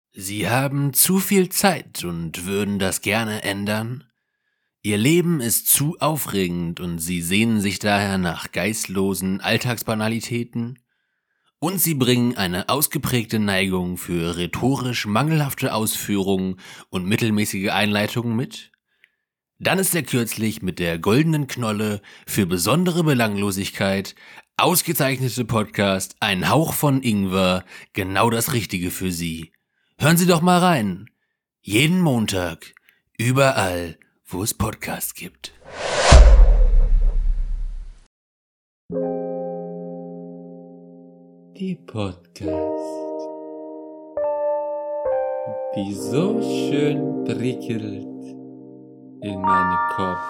Sie haben zu viel Zeit und würden das gerne ändern? Ihr Leben ist zu aufregend und Sie sehnen sich daher nach geistlosen Alltagsbanalitäten? Und Sie bringen eine ausgeprägte Neigung für rhetorisch mangelhafte Ausführungen und mittelmäßige Einleitungen mit? Dann ist der kürzlich mit der goldenen Knolle für besondere Belanglosigkeit ausgezeichnete Podcast Ein Hauch von Ingwer genau das Richtige für Sie. Hören Sie doch mal rein. Jeden Montag, überall, wo es Podcasts gibt. Die Podcast, die so schön prickelt in meinen Kopf.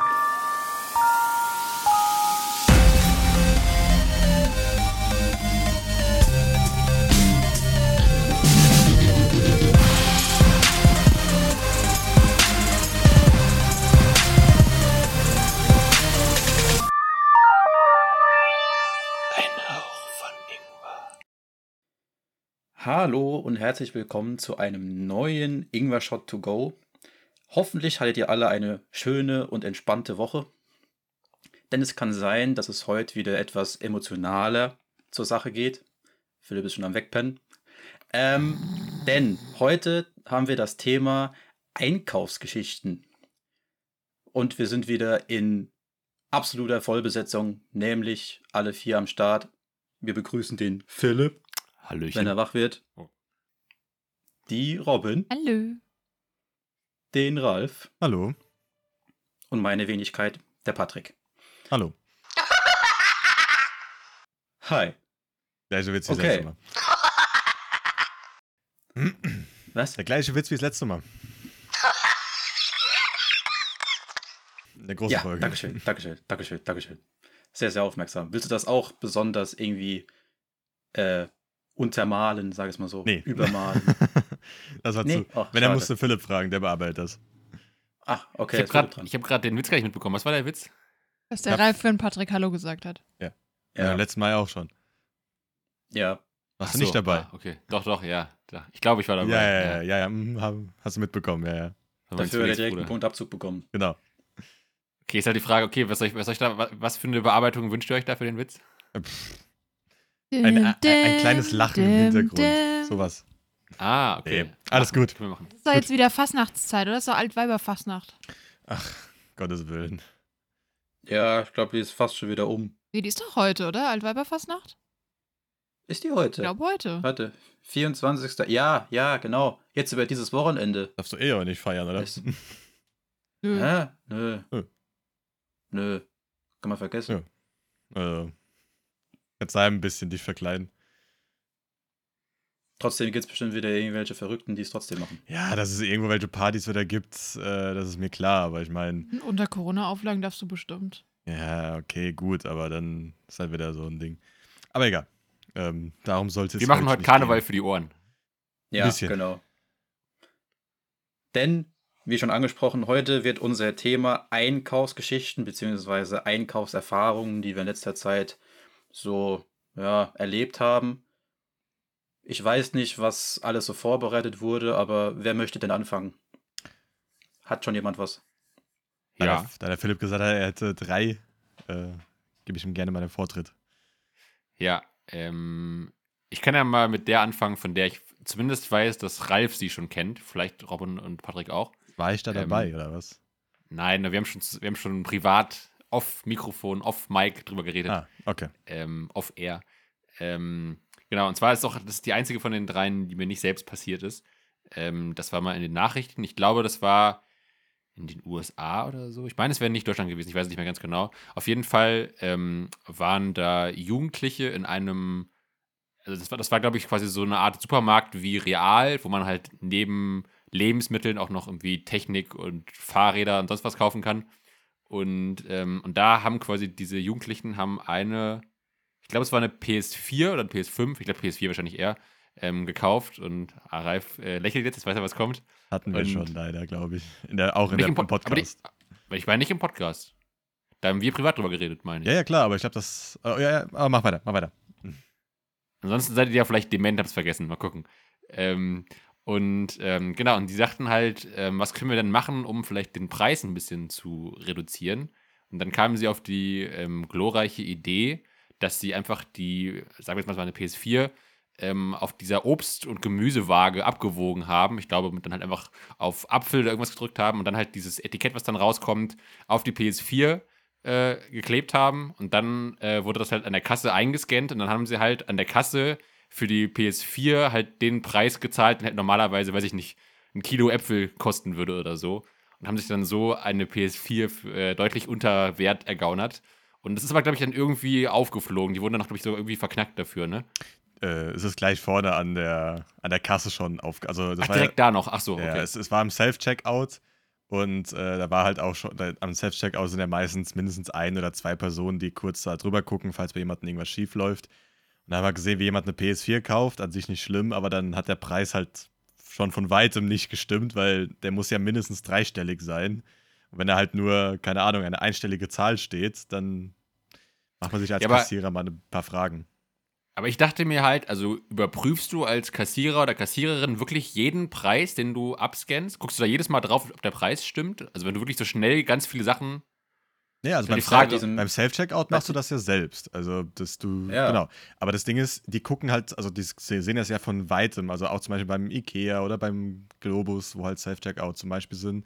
Hallo und herzlich willkommen zu einem neuen Ingwer Shot to Go. Hoffentlich hattet ihr alle eine schöne und entspannte Woche, denn es kann sein, dass es heute wieder etwas emotionaler zur Sache geht. Philipp ist schon am Wegpennen. Denn heute haben wir das Thema Einkaufsgeschichten und wir sind wieder in absoluter Vollbesetzung, nämlich alle 4 am Start. Wir begrüßen den Philipp. Hallöchen. Wenn er wach wird. Die Robin. Hallo. Den Ralf. Hallo. Und meine Wenigkeit, der Patrick. Hallo. Hi. Gleiche Witz wie das Okay. letzte Mal. Was? Der gleiche Witz wie das letzte Mal. In der großen Ja, Folge. Dankeschön. Sehr, sehr aufmerksam. Willst du das auch besonders irgendwie untermalen, sag ich mal so? Nee. Übermalen. Das war Nee? zu. Ach, Wenn er schade. musste Philipp fragen, der bearbeitet das. Ach, okay. Ich habe gerade den Witz gar nicht mitbekommen. Was war der Witz? Dass der Ja. Ralf für den Patrick Hallo gesagt hat. Ja. Ja. Letzten Mal auch schon. Ja. Warst Ach du nicht so, dabei? Ah, okay. Doch, ja. Ich glaube, ich war dabei. Ja. Hast du mitbekommen, ja. Das war mein Dafür hat er direkt einen Zwillingsbruder. Punktabzug bekommen. Genau. Okay, ist halt die Frage, okay, was für eine Bearbeitung wünscht ihr euch da für den Witz? Ein kleines Lachen im Hintergrund. Sowas. Ah, okay. Nee, alles gut. Können wir machen. Das ist doch jetzt wieder Fastnachtszeit, oder? Das ist doch Altweiberfastnacht. Ach, Gottes Willen. Ja, ich glaube, die ist fast schon wieder um. Nee, die ist doch heute, oder? Altweiberfastnacht? Ist die Ich heute? glaube heute. Warte. 24. Ja, genau. Jetzt über dieses Wochenende. Darfst du eh aber nicht feiern, oder? Es- Nö. Hä? Nö. Nö. Nö. Kann man vergessen. Ja. Verzeih ein bisschen dich verkleiden. Trotzdem gibt es bestimmt wieder irgendwelche Verrückten, die es trotzdem machen. Ja, dass es irgendwo welche Partys wieder gibt, das ist mir klar, aber ich meine, Unter Corona-Auflagen darfst du bestimmt. ja, okay, gut, aber dann ist halt wieder so ein Ding. Aber egal. Darum sollte es Wir machen heute nicht Karneval gehen. für die Ohren. Ja, bisschen. genau. Denn, wie schon angesprochen, heute wird unser Thema Einkaufsgeschichten bzw. Einkaufserfahrungen, die wir in letzter Zeit so erlebt haben. Ich weiß nicht, was alles so vorbereitet wurde, aber wer möchte denn anfangen? Hat schon jemand was? Ja. Da der Philipp gesagt hat, er hätte 3, gebe ich ihm gerne mal den Vortritt. Ja, ich kann ja mal mit der anfangen, von der ich zumindest weiß, dass Ralf sie schon kennt. Vielleicht Robin und Patrick auch. War ich da dabei, oder was? Nein, wir haben schon privat off-Mikrofon, off-Mic drüber geredet. Ah, okay. Off-Air. Genau, und zwar das ist die einzige von den 3, die mir nicht selbst passiert ist. Das war mal in den Nachrichten. Ich glaube, das war in den USA oder so. Ich meine, es wäre nicht Deutschland gewesen, ich weiß es nicht mehr ganz genau. Auf jeden Fall waren da Jugendliche in einem, also das war glaube ich, quasi so eine Art Supermarkt wie Real, wo man halt neben Lebensmitteln auch noch irgendwie Technik und Fahrräder und sonst was kaufen kann. Und da haben quasi diese Jugendlichen ich glaube, es war eine PS4 oder eine PS5, ich glaube PS4 wahrscheinlich eher, gekauft. Und Ralf lächelt jetzt weiß er, was kommt. Hatten wir Und- schon leider, glaube ich. Im Nicht Podcast. Aber ich war nicht im Podcast. Da haben wir privat drüber geredet, meine ich. Ja, klar, aber ich glaube, das. Aber mach weiter. Ansonsten seid ihr ja vielleicht dement, hab's vergessen. Mal gucken. Und genau, und die sagten halt, was können wir denn machen, um vielleicht den Preis ein bisschen zu reduzieren? Und dann kamen sie auf die glorreiche Idee, dass sie einfach die, sagen wir jetzt mal eine PS4, auf dieser Obst- und Gemüsewaage abgewogen haben. Ich glaube, dann halt einfach auf Apfel oder irgendwas gedrückt haben und dann halt dieses Etikett, was dann rauskommt, auf die PS4 geklebt haben. Und dann wurde das halt an der Kasse eingescannt und dann haben sie halt an der Kasse für die PS4 halt den Preis gezahlt, den halt normalerweise, weiß ich nicht, ein Kilo Äpfel kosten würde oder so. Und haben sich dann so eine PS4 deutlich unter Wert ergaunert. Und das ist aber, glaube ich, dann irgendwie aufgeflogen. Die wurden dann auch, glaube ich, so irgendwie verknackt dafür, ne? Es ist gleich vorne an der Kasse schon auf. Also das Ach, war direkt da noch. Ach so, ja, okay. es war im Self-Checkout und da war halt auch schon, am Self-Checkout sind ja meistens mindestens 1 oder 2 Personen, die kurz da drüber gucken, falls bei jemandem irgendwas schief läuft. Und da haben wir gesehen, wie jemand eine PS4 kauft, an sich nicht schlimm, aber dann hat der Preis halt schon von weitem nicht gestimmt, weil der muss ja mindestens dreistellig sein. Und wenn da halt nur, keine Ahnung, eine einstellige Zahl steht, dann macht man sich als Ja, aber Kassierer mal ein paar Fragen. Aber ich dachte mir halt, also überprüfst du als Kassierer oder Kassiererin wirklich jeden Preis, den du abscannst? Guckst du da jedes Mal drauf, ob der Preis stimmt? Also wenn du wirklich so schnell ganz viele Sachen. Ja, also Ist halt die Frage, Beim Self-Checkout machst du das ja selbst. Also, Ja. genau. Aber das Ding ist, die gucken halt, also die sehen das ja von weitem. Also auch zum Beispiel beim Ikea oder beim Globus, wo halt Self-Checkout zum Beispiel sind.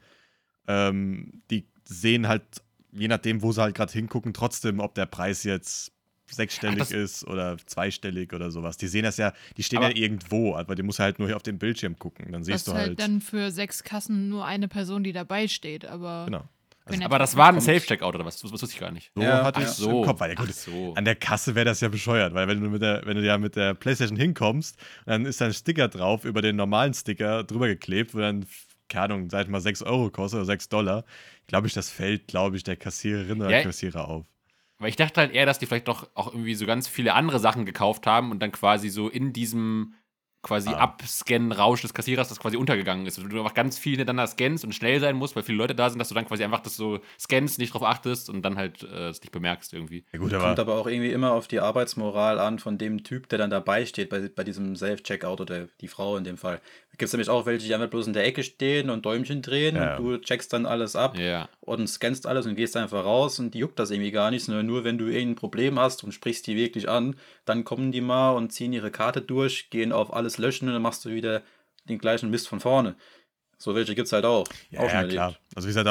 Die sehen halt, je nachdem, wo sie halt gerade hingucken, trotzdem, ob der Preis jetzt sechsstellig ist oder zweistellig oder sowas. Die sehen das ja, die stehen ja irgendwo, aber die muss halt nur hier auf den Bildschirm gucken. Dann siehst Das du ist halt halt. dann für 6 Kassen nur eine Person, die dabei steht, aber. Genau. aber das war ein Safe-Checkout oder was? Das wusste ich gar nicht. So Ja, hatte ich es im Kopf. Weil, ja, gut, Ach so. an der Kasse wäre das ja bescheuert, weil wenn du ja mit der PlayStation hinkommst, dann ist da ein Sticker drauf, über den normalen Sticker drüber geklebt, wo dann, keine Ahnung, sag ich mal 6 Euro kostet oder $6. Das fällt, glaube ich, der Kassiererin oder Kassierer auf. Weil ich dachte halt eher, dass die vielleicht doch auch irgendwie so ganz viele andere Sachen gekauft haben und dann quasi so in diesem quasi Abscannen-Rausch des Kassierers das quasi untergegangen ist. Und du einfach ganz viel hintereinander scannst und schnell sein musst, weil viele Leute da sind, dass du dann quasi einfach das so scannst, nicht drauf achtest und dann halt es nicht bemerkst irgendwie. Ja, gut, Kommt aber auch irgendwie immer auf die Arbeitsmoral an von dem Typ, der dann dabei steht bei diesem Self-Checkout oder die Frau in dem Fall. Da gibt es nämlich auch welche, die einfach bloß in der Ecke stehen und Däumchen drehen Ja. und du checkst dann alles ab Ja. und scannst alles und gehst einfach raus und die juckt das irgendwie gar nicht, sondern nur wenn du irgendein Problem hast und sprichst die wirklich an, dann kommen die mal und ziehen ihre Karte durch, gehen auf alles löschen und dann machst du wieder den gleichen Mist von vorne. So welche gibt es halt auch. Ja, auch schon ja, erlebt. klar. Also wie gesagt,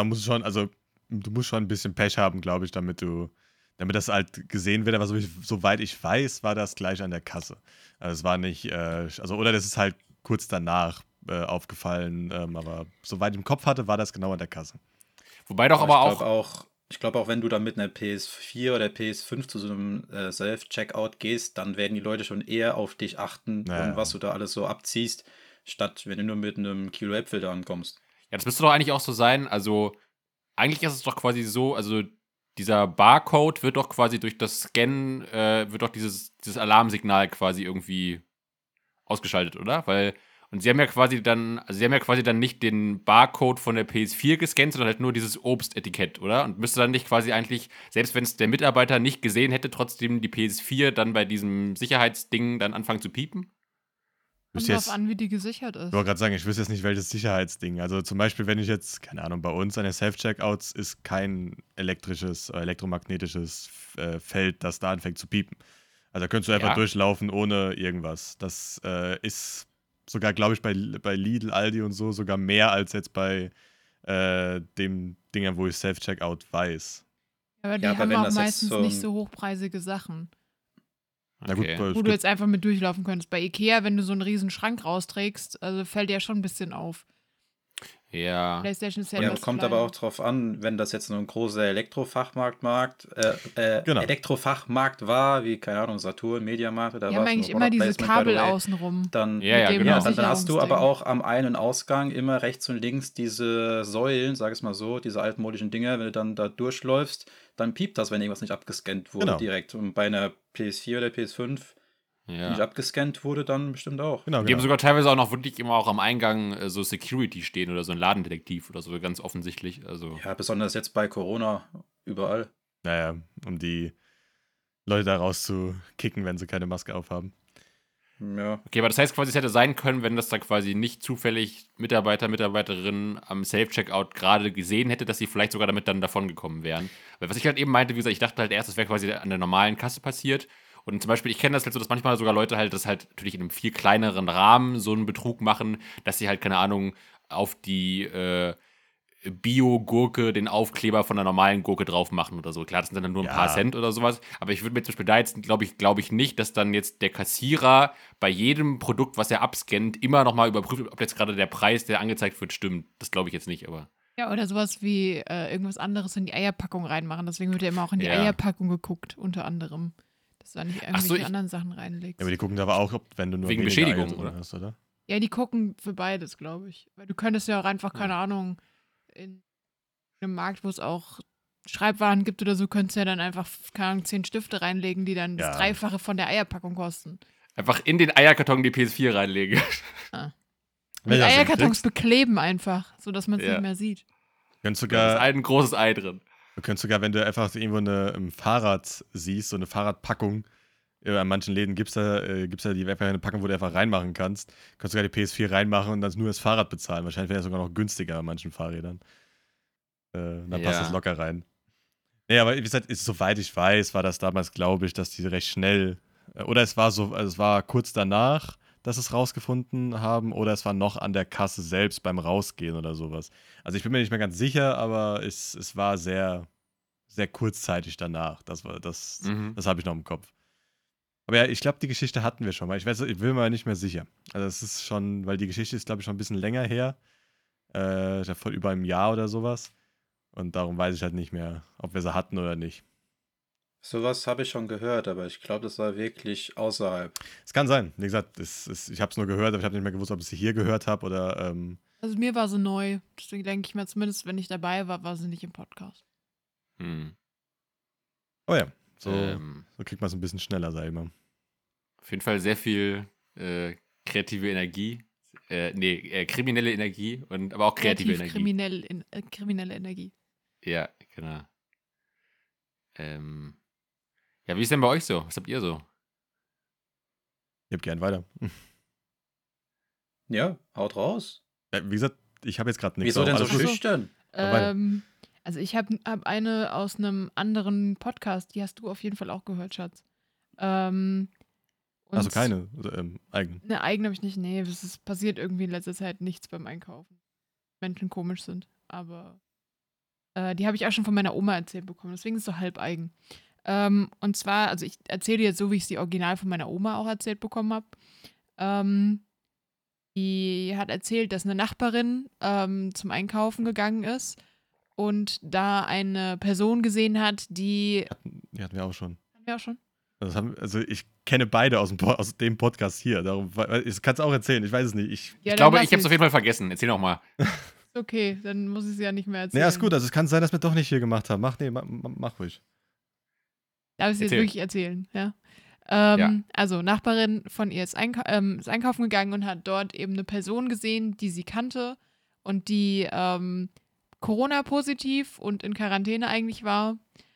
du musst schon ein bisschen Pech haben, glaube ich, damit das halt gesehen wird. Aber soweit ich weiß, war das gleich an der Kasse. Also es war nicht, oder das ist halt kurz danach aufgefallen, aber soweit ich im Kopf hatte, war das genau an der Kasse. Wobei doch aber Ich glaube auch, wenn du dann mit einer PS4 oder PS5 zu so einem Self-Checkout gehst, dann werden die Leute schon eher auf dich achten und was du da alles so abziehst, statt wenn du nur mit einem Kilo Äpfel da ankommst. Ja, das müsste doch eigentlich auch so sein. Also, eigentlich ist es doch quasi so, also dieser Barcode wird doch quasi durch das Scannen, wird doch dieses Alarmsignal quasi irgendwie ausgeschaltet, oder? Und sie haben ja quasi dann nicht den Barcode von der PS4 gescannt, sondern halt nur dieses Obstetikett, oder? Und müsste dann nicht quasi eigentlich, selbst wenn es der Mitarbeiter nicht gesehen hätte, trotzdem die PS4 dann bei diesem Sicherheitsding dann anfangen zu piepen? Kommt drauf an, wie die gesichert ist. Ich wollte gerade sagen, ich wüsste jetzt nicht, welches Sicherheitsding. Also zum Beispiel, wenn ich jetzt, keine Ahnung, bei uns an den Self-Checkouts ist kein elektromagnetisches Feld, das da anfängt zu piepen. Also da könntest du einfach durchlaufen ohne irgendwas. Das ist sogar, glaube ich, bei Lidl, Aldi und so sogar mehr als jetzt bei dem Dinger, wo ich Self-Checkout weiß. Aber die haben auch meistens nicht so hochpreisige Sachen. Na gut, wo du jetzt einfach mit durchlaufen könntest. Bei Ikea, wenn du so einen riesen Schrank rausträgst, also fällt dir ja schon ein bisschen auf. Ja. PlayStation ist ja kommt kleiner. Aber auch drauf an, wenn das jetzt nur ein großer Elektrofachmarkt war, wie, keine Ahnung, Saturn, Mediamarkt oder was. Die haben eigentlich immer diese Kabel außenrum. Dann, genau. Dann hast du aber auch am Ein- und Ausgang immer rechts und links diese Säulen, sag ich mal so, diese altmodischen Dinger, wenn du dann da durchläufst, dann piept das, wenn irgendwas nicht abgescannt wurde direkt. Und bei einer PS4 oder PS5 die nicht abgescannt wurde, dann bestimmt auch. Genau. Die haben sogar teilweise auch noch wirklich immer auch am Eingang so Security stehen oder so ein Ladendetektiv oder so, ganz offensichtlich. Also. Ja, besonders jetzt bei Corona überall. Naja, um die Leute da rauszukicken, wenn sie keine Maske aufhaben. Ja. Okay, aber das heißt quasi, es hätte sein können, wenn das dann quasi nicht zufällig Mitarbeiter, Mitarbeiterinnen am Self-Checkout gerade gesehen hätte, dass sie vielleicht sogar damit dann davongekommen wären. Weil was ich halt eben meinte, wie gesagt, ich dachte halt erst, das wäre quasi an der normalen Kasse passiert. Und zum Beispiel, ich kenne das halt so, dass manchmal sogar Leute halt das halt natürlich in einem viel kleineren Rahmen so einen Betrug machen, dass sie halt, keine Ahnung, auf die Bio-Gurke den Aufkleber von der normalen Gurke drauf machen oder so. Klar, das sind dann nur ein paar Ja. Cent oder sowas, aber ich würde mir zum Beispiel da jetzt, glaube ich nicht, dass dann jetzt der Kassierer bei jedem Produkt, was er abscannt, immer nochmal überprüft, ob jetzt gerade der Preis, der angezeigt wird, stimmt. Das glaube ich jetzt nicht, aber. Ja, oder sowas wie irgendwas anderes in die Eierpackung reinmachen. Deswegen wird ja immer auch in die Ja. Eierpackung geguckt, unter anderem. Dass du da nicht irgendwelche anderen Sachen reinlegst. Ja, aber die gucken da aber auch, wenn du nur Wegen weniger Beschädigung, Eier drin oder? hast, oder? Ja, die gucken für beides, glaube ich. Weil du könntest ja auch einfach, keine Ahnung, in einem Markt, wo es auch Schreibwaren gibt oder so, könntest du ja dann einfach, keine Ahnung, 10 Stifte reinlegen, die dann das Ja. Dreifache von der Eierpackung kosten. Einfach in den Eierkarton die PS4 reinlegen. Wenn Mit du das Eierkartons hinkriegst, bekleben einfach, sodass man es Ja. nicht mehr sieht. könntest Da ist sogar, ein großes Ei drin. du könntest sogar, wenn du einfach irgendwo ein Fahrrad siehst, so eine Fahrradpackung, an manchen Läden gibt es da die einfach eine Packung, wo du einfach reinmachen kannst. Kannst sogar die PS4 reinmachen und dann nur das Fahrrad bezahlen. Wahrscheinlich wäre das sogar noch günstiger bei manchen Fahrrädern. Dann passt Ja. das locker rein. Nee, aber wie gesagt, soweit ich weiß, war das damals, glaube ich, dass die recht schnell, oder es war so, also es war kurz danach, dass es rausgefunden haben, oder es war noch an der Kasse selbst beim Rausgehen oder sowas. Also ich bin mir nicht mehr ganz sicher, aber es war sehr, sehr kurzzeitig danach. Das Mhm. habe ich noch im Kopf. Aber ja, ich glaube, die Geschichte hatten wir schon mal. Ich bin mir nicht mehr sicher. Also es ist schon, weil die Geschichte ist, glaube ich, schon ein bisschen länger her. Vor über einem Jahr oder sowas. Und darum weiß ich halt nicht mehr, ob wir sie hatten oder nicht. Sowas habe ich schon gehört, aber ich glaube, das war wirklich außerhalb. Es kann sein. Wie gesagt, ich habe es nur gehört, aber ich habe nicht mehr gewusst, ob ich sie hier gehört habe oder. Also mir war sie neu. Deswegen denke ich mir, zumindest wenn ich dabei war, war sie nicht im Podcast. Hm. Oh ja, so kriegt man es ein bisschen schneller, sag ich mal. Auf jeden Fall sehr viel kreative Energie. Kriminelle Energie, aber auch kreative Energie. Kriminelle Energie. Ja, genau. Ja, wie ist denn bei euch so? Was habt ihr so? Ich habe gern weiter. Ja, haut raus. Wie gesagt, ich habe jetzt gerade nichts. Wieso denn so Alles gut. schüchtern? weiter. Also ich habe eine aus einem anderen Podcast, die hast du auf jeden Fall auch gehört, Schatz. Also keine eigenen. Eine eigene habe ich nicht, nee, es passiert irgendwie in letzter Zeit nichts beim Einkaufen. Menschen komisch sind, aber die habe ich auch schon von meiner Oma erzählt bekommen, deswegen ist es so halb eigen. Und zwar, also ich erzähle jetzt so, wie ich sie original von meiner Oma auch erzählt bekommen habe. Die hat erzählt, dass eine Nachbarin zum Einkaufen gegangen ist und da eine Person gesehen hat, die. Die hatten wir auch schon. Hatten wir auch schon? Also ich kenne beide aus dem Podcast hier. Darum, ich kann es auch erzählen, ich weiß es nicht. Ich Ja, glaube, dann ich habe es lass auf jeden Fall vergessen. Erzähl noch mal. Okay, dann muss ich sie ja nicht mehr erzählen. Ja, ist gut. Also es kann sein, dass wir doch nicht hier gemacht haben. Mach ruhig. Darf ich sie jetzt Erzähl. wirklich erzählen? Ja. Ja. Also, Nachbarin von ihr ist einkaufen gegangen und hat dort eben eine Person gesehen, die sie kannte und die Corona-positiv und in Quarantäne eigentlich war,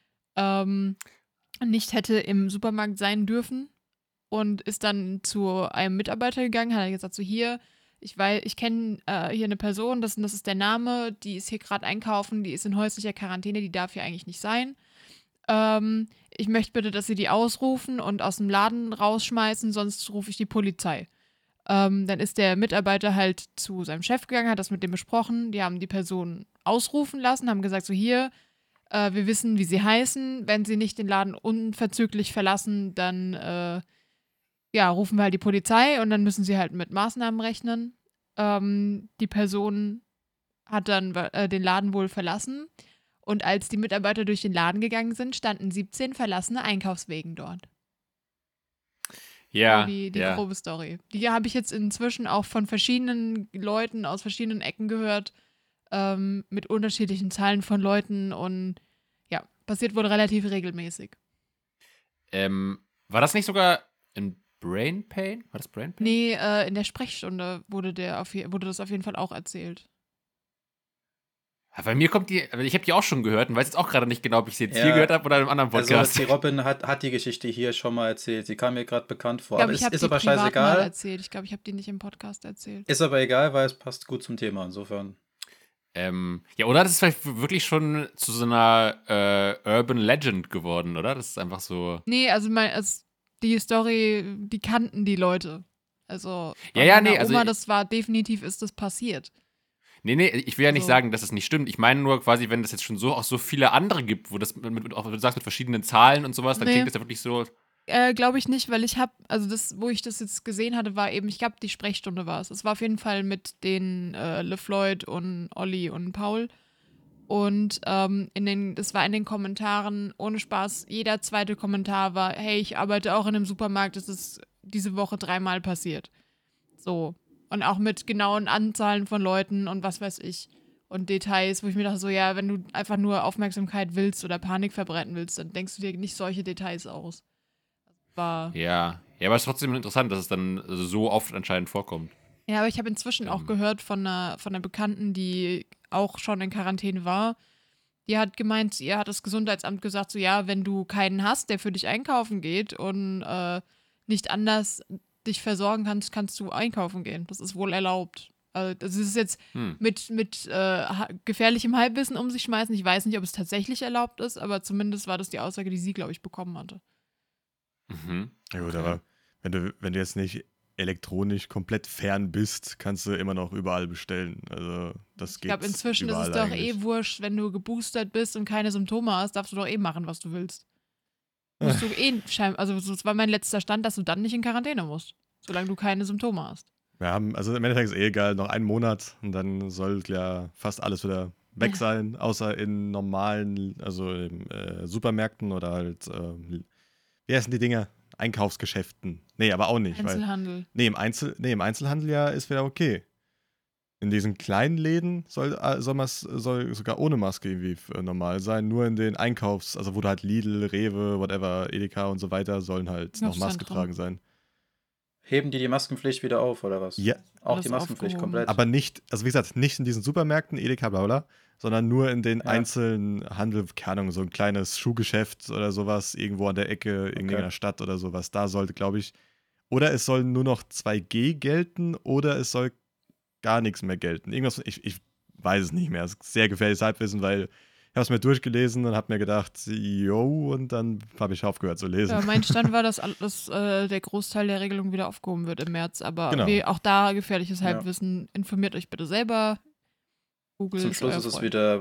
nicht hätte im Supermarkt sein dürfen und ist dann zu einem Mitarbeiter gegangen, hat gesagt, so hier, ich kenne hier eine Person, das ist der Name, die ist hier gerade einkaufen, die ist in häuslicher Quarantäne, die darf hier eigentlich nicht sein. Ich möchte bitte, dass sie die ausrufen und aus dem Laden rausschmeißen, sonst rufe ich die Polizei. Dann ist der Mitarbeiter halt zu seinem Chef gegangen, hat das mit dem besprochen, die haben die Person ausrufen lassen, haben gesagt, so hier, wir wissen, wie sie heißen, wenn sie nicht den Laden unverzüglich verlassen, dann rufen wir halt die Polizei und dann müssen sie halt mit Maßnahmen rechnen. Die Person hat dann den Laden wohl verlassen. Und als die Mitarbeiter durch den Laden gegangen sind, standen 17 verlassene Einkaufswegen dort. Ja, So die ja. grobe Story. Die habe ich jetzt inzwischen auch von verschiedenen Leuten aus verschiedenen Ecken gehört, mit unterschiedlichen Zahlen von Leuten und ja, passiert wohl relativ regelmäßig. War das nicht sogar ein Brain Pain? War das Brain Pain? Nee, in der Sprechstunde wurde das auf jeden Fall auch erzählt. Bei mir kommt die, ich habe die auch schon gehört und weiß jetzt auch gerade nicht genau, ob ich sie jetzt Ja, hier gehört habe oder in einem anderen Also Podcast. die Robin hat die Geschichte hier schon mal erzählt. Sie kam mir gerade bekannt vor. Ich Aber glaube, es ich habe ist die aber privat mal scheißegal. erzählt. Ich glaube, ich habe die nicht im Podcast erzählt. Ist aber egal, weil es passt gut zum Thema. Insofern. Ja, oder das ist vielleicht wirklich schon zu so einer Urban Legend geworden, oder? Das ist einfach so. Nee, also die Story, die kannten die Leute. Also bei Ja, meiner nee, also Oma, das war definitiv, ist das passiert. Nee, ich will ja nicht Also- sagen, dass es nicht stimmt. Ich meine nur quasi, wenn es jetzt schon auch so viele andere gibt, wo das auch, du sagst, mit verschiedenen Zahlen und sowas, dann Nee. klingt das ja wirklich so. Glaube ich nicht, weil ich habe, also das, wo ich das jetzt gesehen hatte, war eben, ich glaube, die Sprechstunde war es. Es war auf jeden Fall mit den LeFloid und Olli und Paul. Und das war in den Kommentaren, ohne Spaß, jeder zweite Kommentar war, hey, ich arbeite auch in einem Supermarkt, das ist diese Woche 3-mal passiert. So. Und auch mit genauen Anzahlen von Leuten und was weiß ich. Und Details, wo ich mir dachte, so, ja, wenn du einfach nur Aufmerksamkeit willst oder Panik verbreiten willst, dann denkst du dir nicht solche Details aus. War. Ja, aber es ist trotzdem interessant, dass es dann so oft anscheinend vorkommt. Ja, aber ich habe inzwischen auch gehört von einer Bekannten, die auch schon in Quarantäne war. Die hat gemeint, ihr hat das Gesundheitsamt gesagt, so ja, wenn du keinen hast, der für dich einkaufen geht und nicht anders dich versorgen kannst, kannst du einkaufen gehen. Das ist wohl erlaubt. Also das ist jetzt mit gefährlichem Halbwissen um sich schmeißen. Ich weiß nicht, ob es tatsächlich erlaubt ist, aber zumindest war das die Aussage, die sie, glaube ich, bekommen hatte. Mhm. Ja gut, Okay. aber wenn du jetzt nicht elektronisch komplett fern bist, kannst du immer noch überall bestellen. Also das Ich geht glaube, inzwischen ist überall es doch eigentlich. wurscht, wenn du geboostert bist und keine Symptome hast, darfst du doch machen, was du willst. Musst du also das war mein letzter Stand, dass du dann nicht in Quarantäne musst, solange du keine Symptome hast. Wir haben, also im Endeffekt ist egal, noch einen Monat und dann soll ja fast alles wieder weg sein, außer in normalen, also in Supermärkten oder halt, wie heißen die Dinger? Einkaufsgeschäften. Nee, aber auch nicht. Einzelhandel. Im Einzelhandel ja ist wieder okay. In diesen kleinen Läden soll sogar ohne Maske irgendwie normal sein. Nur in den also wo du halt Lidl, Rewe, whatever, Edeka und so weiter, sollen halt noch Maske Einkaufszentrum. tragen sein. Heben die Maskenpflicht wieder auf, oder was? Ja, Auch Alles die Maskenpflicht aufgehoben. komplett. aber nicht, also wie gesagt, nicht in diesen Supermärkten, Edeka, bla bla, sondern nur in den Ja. einzelnen Handel, keine Ahnung, so ein kleines Schuhgeschäft oder sowas, irgendwo an der Ecke, in irgendeiner Stadt oder sowas. Da sollte, glaube ich, oder es soll nur noch 2G gelten oder es soll gar nichts mehr gelten. Irgendwas, ich weiß es nicht mehr. Es ist sehr gefährliches Halbwissen, weil ich habe es mir durchgelesen und habe mir gedacht, yo, und dann habe ich aufgehört zu lesen. Ja, mein Stand war, dass der Großteil der Regelung wieder aufgehoben wird im März, aber Genau. auch da gefährliches Ja. Halbwissen. Informiert euch bitte selber. Google Zum ist Schluss euer ist es Freund. wieder,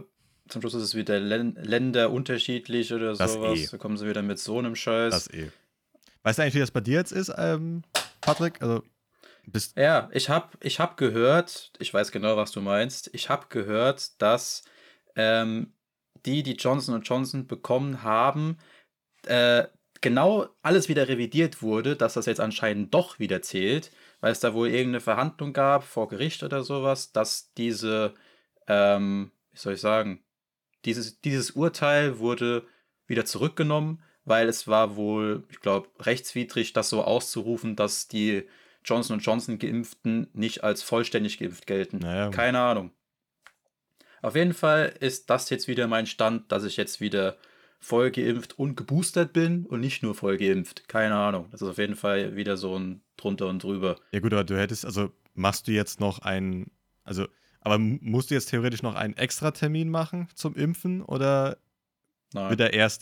Länder unterschiedlich oder Das sowas. Da kommen sie wieder mit so einem Scheiß. Das Weißt du eigentlich, wie das bei dir jetzt ist, Patrick? Also, Ja, ich hab gehört, ich weiß genau, was du meinst. Ich habe gehört, dass die Johnson Johnson bekommen haben, genau alles wieder revidiert wurde, dass das jetzt anscheinend doch wieder zählt, weil es da wohl irgendeine Verhandlung gab vor Gericht oder sowas, dass diese, wie soll ich sagen, dieses Urteil wurde wieder zurückgenommen, weil es war wohl, ich glaube, rechtswidrig, das so auszurufen, dass die Johnson Johnson Geimpften nicht als vollständig geimpft gelten. Naja. Keine Ahnung. Auf jeden Fall ist das jetzt wieder mein Stand, dass ich jetzt wieder voll geimpft und geboostert bin und nicht nur voll geimpft. Keine Ahnung. Das ist auf jeden Fall wieder so ein drunter und drüber. ja gut, aber du hättest, also machst du jetzt noch aber musst du jetzt theoretisch noch einen Extra-Termin machen zum Impfen oder Nein. wird er erst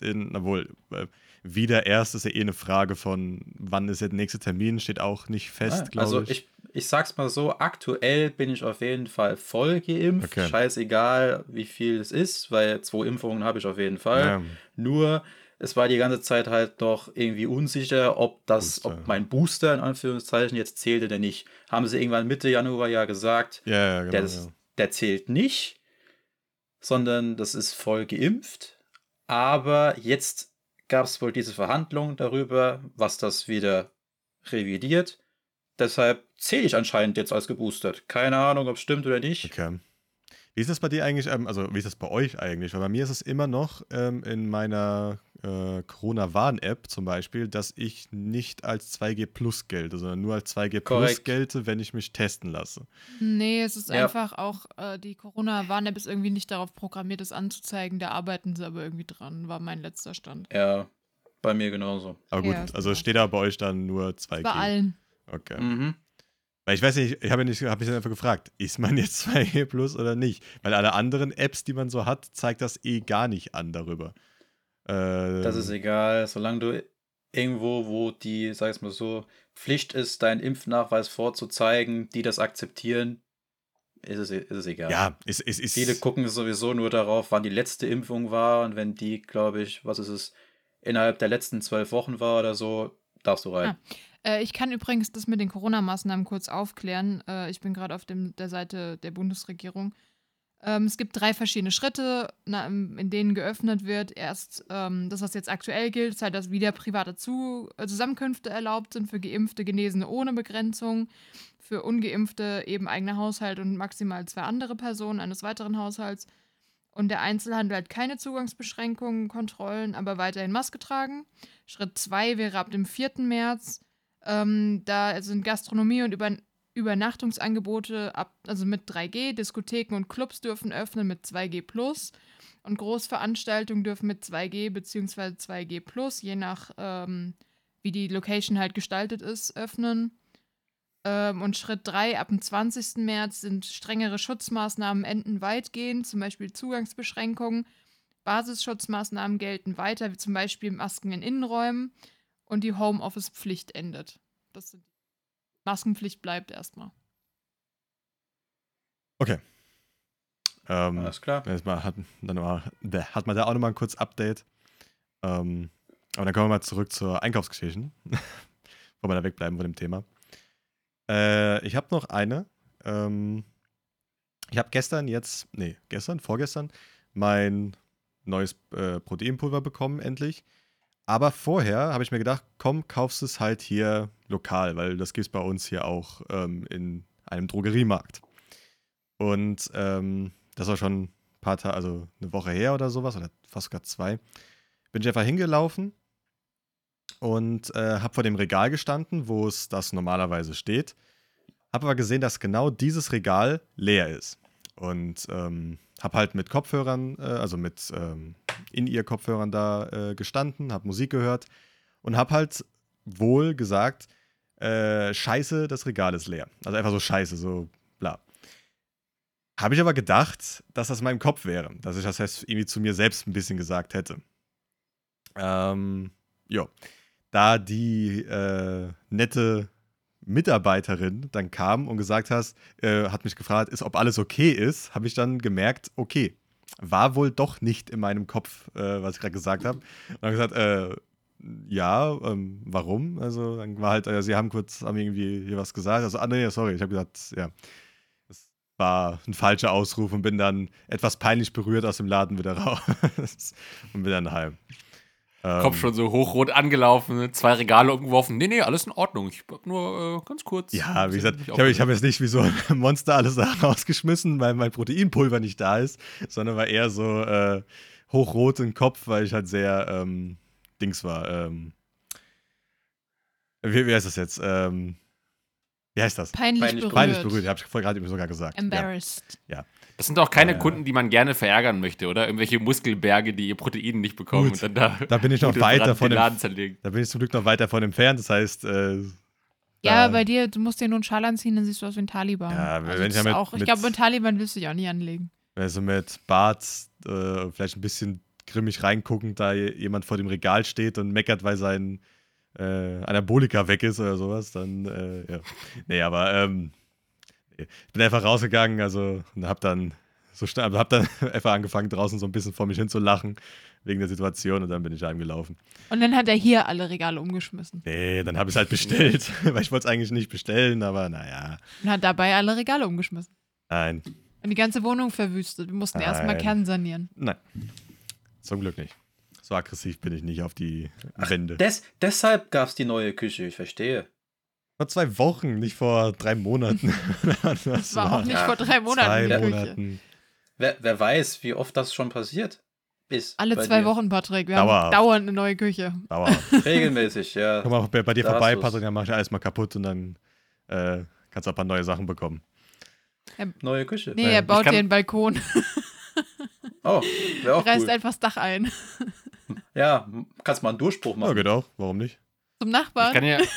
wieder erst ist ja eine Frage von, wann ist der nächste Termin, steht auch nicht fest, glaube Also ich. ich sag's mal so, aktuell bin ich auf jeden Fall voll geimpft. Okay. Scheißegal, wie viel es ist, weil 2 Impfungen habe ich auf jeden Fall. Ja. Nur, es war die ganze Zeit halt noch irgendwie unsicher, ob mein Booster in Anführungszeichen jetzt zählt oder nicht. Haben sie irgendwann Mitte Januar ja gesagt, Ja, genau. der zählt nicht, sondern das ist voll geimpft. Aber jetzt gab es wohl diese Verhandlung darüber, was das wieder revidiert. Deshalb zähle ich anscheinend jetzt als geboostert. Keine Ahnung, ob es stimmt oder nicht. Okay. Wie ist das bei dir eigentlich, also wie ist das bei euch eigentlich? Weil bei mir ist es immer noch in meiner Corona-Warn-App zum Beispiel, dass ich nicht als 2G Plus gelte, sondern nur als 2G Plus Korrekt. gelte, wenn ich mich testen lasse. Nee, es ist Ja. einfach auch, die Corona-Warn-App ist irgendwie nicht darauf programmiert, das anzuzeigen. Da arbeiten sie aber irgendwie dran, war mein letzter Stand. Ja, bei mir genauso. Aber gut, Ja, also genau. steht da bei euch dann nur 2G. Bei allen. Okay. Mhm. Weil ich weiß nicht, ich habe mich dann einfach gefragt, ist man jetzt 2G Plus oder nicht? Weil alle anderen Apps, die man so hat, zeigt das gar nicht an darüber. Das ist egal, solange du irgendwo, wo die, sag ich mal so, Pflicht ist, deinen Impfnachweis vorzuzeigen, die das akzeptieren, ist es egal. Ja, es ist. Viele gucken sowieso nur darauf, wann die letzte Impfung war, und wenn die, glaube ich, was ist es, innerhalb der letzten 12 Wochen war oder so, darfst du rein. Ich kann übrigens das mit den Corona-Maßnahmen kurz aufklären. Ich bin gerade auf der Seite der Bundesregierung. Es gibt 3 verschiedene Schritte, in denen geöffnet wird. Erst das, was jetzt aktuell gilt, ist halt, dass wieder private Zusammenkünfte erlaubt sind für Geimpfte, Genesene ohne Begrenzung, für Ungeimpfte eben eigener Haushalt und maximal 2 andere Personen eines weiteren Haushalts. Und der Einzelhandel hat keine Zugangsbeschränkungen, Kontrollen, aber weiterhin Maske tragen. Schritt 2 wäre ab dem 4. März. Da sind Gastronomie und Übernachtungsangebote also mit 3G, Diskotheken und Clubs dürfen öffnen mit 2G+. Und Großveranstaltungen dürfen mit 2G bzw. 2G+, je nach wie die Location halt gestaltet ist, öffnen. Und Schritt 3, ab dem 20. März sind strengere Schutzmaßnahmen enden weitgehend, zum Beispiel Zugangsbeschränkungen. Basisschutzmaßnahmen gelten weiter, wie zum Beispiel Masken in Innenräumen. Und die Homeoffice-Pflicht endet. Maskenpflicht bleibt erstmal. Okay. Alles klar. Erstmal hat man da auch nochmal ein kurzes Update. Aber dann kommen wir mal zurück zur Einkaufsgeschichte, wo wir da wegbleiben von dem Thema. Ich habe noch eine. Ich habe vorgestern, mein neues Proteinpulver bekommen, endlich. Aber vorher habe ich mir gedacht, komm, kaufst es halt hier lokal, weil das gibt es bei uns hier auch in einem Drogeriemarkt. Und das war schon ein paar Tage, also eine Woche her oder sowas, oder fast sogar 2. Bin ich einfach hingelaufen und habe vor dem Regal gestanden, wo es das normalerweise steht. Habe aber gesehen, dass genau dieses Regal leer ist. Und habe halt mit Kopfhörern, also mit In-Ear-Kopfhörern da gestanden, habe Musik gehört und habe halt wohl gesagt, scheiße, das Regal ist leer. Also einfach so scheiße, so bla. Habe ich aber gedacht, dass das in meinem Kopf wäre. Dass ich das heißt irgendwie zu mir selbst ein bisschen gesagt hätte. Ja. Da die nette Mitarbeiterin dann kam und gesagt hat mich gefragt, ob alles okay ist, habe ich dann gemerkt, okay, war wohl doch nicht in meinem Kopf, was ich gerade gesagt habe. Und dann gesagt, ja, warum? Also dann war halt, haben irgendwie hier was gesagt. Also, nee, sorry, ich habe gesagt, ja, das war ein falscher Ausruf und bin dann etwas peinlich berührt aus dem Laden wieder raus und bin dann heim. Kopf schon so hochrot angelaufen, 2 Regale umgeworfen. Nee, alles in Ordnung. Ich hab nur ganz kurz. Ja, wie gesagt, ich hab jetzt nicht wie so ein Monster alles rausgeschmissen, weil mein Proteinpulver nicht da ist, sondern war eher so hochrot im Kopf, weil ich halt sehr Dings war. Wie heißt das jetzt? Wie heißt das? Peinlich berührt. Peinlich berührt, habe ich vorher gerade sogar gesagt. Embarrassed. Ja. Das sind auch keine Kunden, die man gerne verärgern möchte, oder? Irgendwelche Muskelberge, die ihr Protein nicht bekommen Gut, und dann da bin ich noch weit davon den Laden zerlegen. Da bin ich zum Glück noch weit davon entfernt. Das heißt, ja, bei dir, du musst dir nur einen Schal anziehen, dann siehst du aus wie ein Taliban. Ja, also wenn ich das ja auch, ich glaube, mit Taliban willst du dich auch nicht anlegen. Wenn so mit Bart vielleicht ein bisschen grimmig reinguckend da jemand vor dem Regal steht und meckert, weil sein Anabolika weg ist oder sowas, dann ja. Nee, aber ich bin einfach rausgegangen, also und hab dann einfach angefangen, draußen so ein bisschen vor mich hin zu lachen, wegen der Situation, und dann bin ich heimgelaufen. Und dann hat er hier alle Regale umgeschmissen. Nee, dann habe ich es halt bestellt, weil ich wollte es eigentlich nicht bestellen, aber naja. Und hat dabei alle Regale umgeschmissen. Nein. Und die ganze Wohnung verwüstet. Wir mussten erstmal kernsanieren. Nein. Zum Glück nicht. So aggressiv bin ich nicht auf die Wände. Deshalb gab es die neue Küche, ich verstehe. Vor 2 Wochen, nicht vor 3 Monaten. Das war auch nicht vor 3 Monaten. 2 die Küche. Monaten. Wer weiß, wie oft das schon passiert. ist. Alle bei 2 dir? Wochen, Patrick. Wir Dauerhaft. haben dauernd eine neue Küche. Dauerhaft. Regelmäßig, ja. Komm mal bei dir Da vorbei, hast du's. Patrick, dann mach ich alles mal kaputt und dann kannst du ein paar neue Sachen bekommen. Neue Küche. Nee, er baut kann- dir einen Balkon. Oh, wäre auch Reißt cool. einfach das Dach ein. Ja, kannst mal einen Durchbruch Ja, machen. geht auch. Warum nicht? Zum Ich Nachbarn.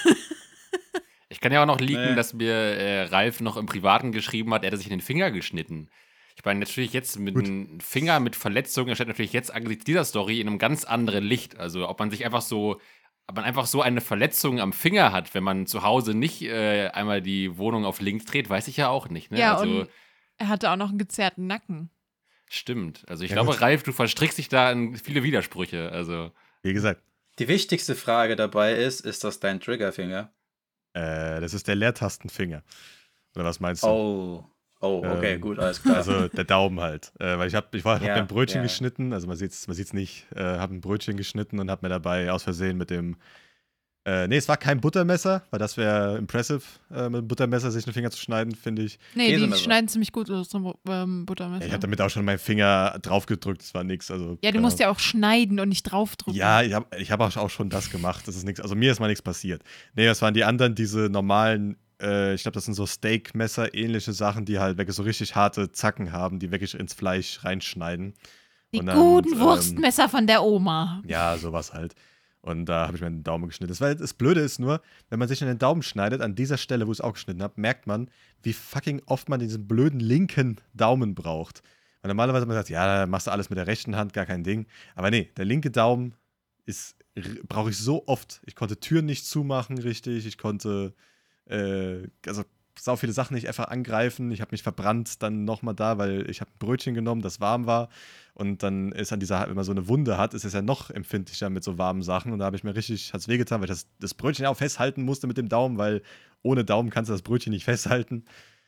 kann ja auch noch leaken, Nee. dass mir Ralf noch im Privaten geschrieben hat, er hätte sich in den Finger geschnitten. Ich meine, natürlich jetzt mit Gut. einem Finger mit Verletzung erscheint natürlich jetzt angesichts dieser Story in einem ganz anderen Licht. Also ob man einfach so eine Verletzung am Finger hat, wenn man zu Hause nicht einmal die Wohnung auf links dreht, weiß ich ja auch nicht. Ne? Ja, also und er hatte auch noch einen gezerrten Nacken. stimmt. Also ich Ja, glaube, gut. Ralf, du verstrickst dich da in viele Widersprüche. Also Wie gesagt, Die wichtigste Frage dabei ist das dein Triggerfinger? das ist der Leertastenfinger. Oder was meinst du? Oh, okay, Ähm, gut, alles klar. Also der Daumen halt. Weil ich hab mir ein Brötchen ja. geschnitten, also man sieht's nicht, habe ein Brötchen geschnitten und habe mir dabei aus Versehen mit dem es war kein Buttermesser, weil das wäre impressive, mit dem Buttermesser sich den Finger zu schneiden, finde ich. Nee, die Käsemesser. schneiden ziemlich gut aus zum Buttermesser. Ich habe damit auch schon meinen Finger drauf gedrückt, das war nix. Also, Ja, du musst ja auch schneiden und nicht draufdrücken. Ja, ich hab auch schon das gemacht. Das ist nichts. Also mir ist mal nichts passiert. Nee, das waren die anderen, diese normalen, ich glaube, das sind so Steakmesser, ähnliche Sachen, die halt wirklich so richtig harte Zacken haben, die wirklich ins Fleisch reinschneiden. Die Und dann, guten Wurstmesser von der Oma. Ja, sowas halt. Und da habe ich mir den Daumen geschnitten. Das Blöde ist nur, wenn man sich in den Daumen schneidet, an dieser Stelle, wo ich es auch geschnitten habe, merkt man, wie fucking oft man diesen blöden linken Daumen braucht. Weil normalerweise hat man sagt, ja, da machst du alles mit der rechten Hand, gar kein Ding. Aber nee, der linke Daumen brauche ich so oft. Ich konnte Türen nicht zumachen richtig, ich konnte also sau viele Sachen nicht einfach angreifen. Ich habe mich verbrannt dann nochmal da, weil ich habe ein Brötchen genommen, das warm war. Und dann ist an dieser, wenn man so eine Wunde hat, ist es ja noch empfindlicher mit so warmen Sachen. Und da habe ich mir richtig, hat es wehgetan, weil ich das Brötchen auch festhalten musste mit dem Daumen, weil ohne Daumen kannst du das Brötchen nicht festhalten.